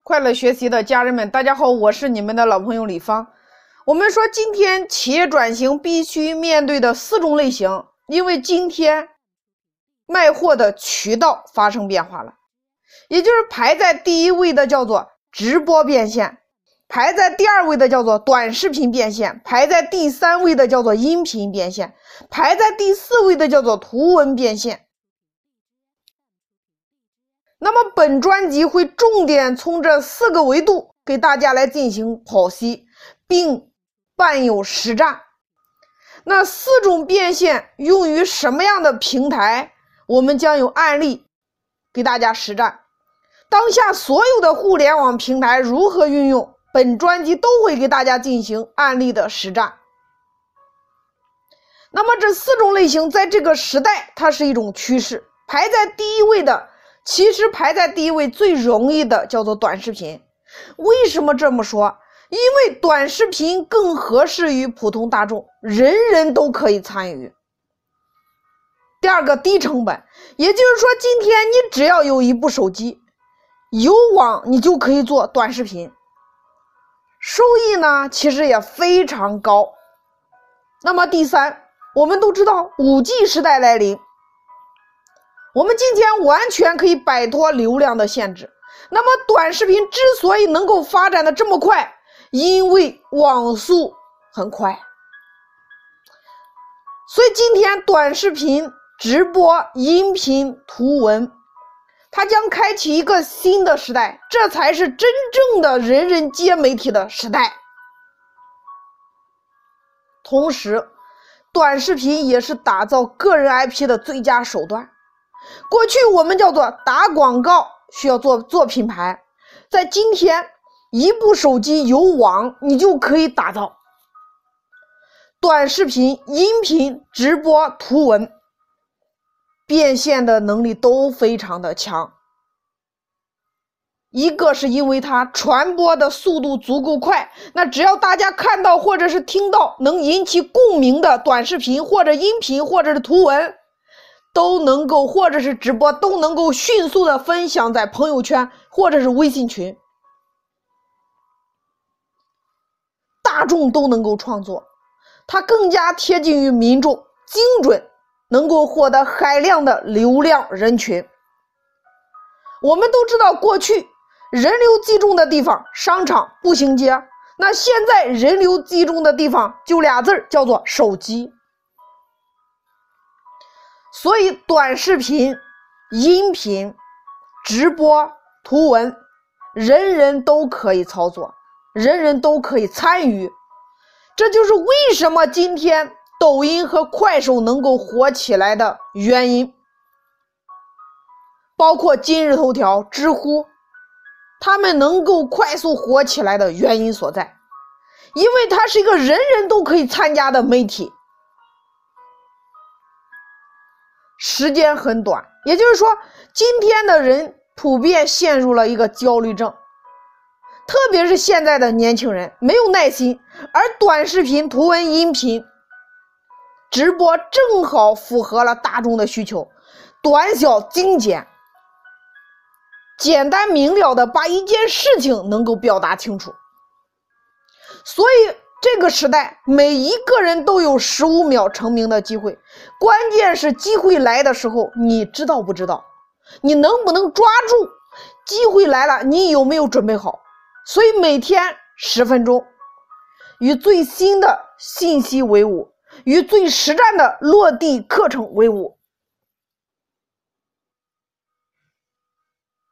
快乐学习的家人们，大家好，我是你们的老朋友李芳。我们说今天企业转型必须面对的4种类型，因为今天卖货的渠道发生变化了，也就是排在第一位的叫做直播变现，排在第2位的叫做短视频变现，排在第3位的叫做音频变现，排在第4位的叫做图文变现。那么本专辑会重点从这4个维度给大家来进行剖析，并伴有实战。那4种变现用于什么样的平台，我们将有案例给大家实战。当下所有的互联网平台如何运用，本专辑都会给大家进行案例的实战。那么这4种类型在这个时代它是一种趋势，排在第1位的，其实排在第1位最容易的叫做短视频。为什么这么说？因为短视频更合适于普通大众，人人都可以参与。第2个，低成本，也就是说今天你只要有一部手机，有网，你就可以做短视频，收益呢其实也非常高。那么第3，我们都知道 5G 时代来临，我们今天完全可以摆脱流量的限制。那么短视频之所以能够发展的这么快，因为网速很快。所以今天短视频、直播、音频、图文，它将开启一个新的时代，这才是真正的人人皆媒体的时代。同时，短视频也是打造个人 IP 的最佳手段。过去我们叫做打广告，需要做品牌，在今天一部手机有网，你就可以打造短视频、音频、直播、图文，变现的能力都非常的强。一个是因为它传播的速度足够快，那只要大家看到或者是听到能引起共鸣的短视频或者音频或者是图文，都能够，或者是直播，都能够迅速的分享在朋友圈或者是微信群，大众都能够创作，它更加贴近于民众，精准，能够获得海量的流量人群。我们都知道过去人流集中的地方，商场、步行街，那现在人流集中的地方就2字，叫做手机。所以短视频、音频、直播、图文，人人都可以操作，人人都可以参与。这就是为什么今天抖音和快手能够火起来的原因，包括今日头条、知乎，他们能够快速火起来的原因所在，因为它是一个人人都可以参加的媒体，时间很短。也就是说，今天的人普遍陷入了一个焦虑症，特别是现在的年轻人没有耐心，而短视频、图文、音频、直播正好符合了大众的需求，短小精简，简单明了的把一件事情能够表达清楚。所以这个时代每一个人都有15秒成名的机会，关键是机会来的时候你知道不知道，你能不能抓住机会来了，你有没有准备好。所以每天10分钟，与最新的信息为伍，与最实战的落地课程为伍。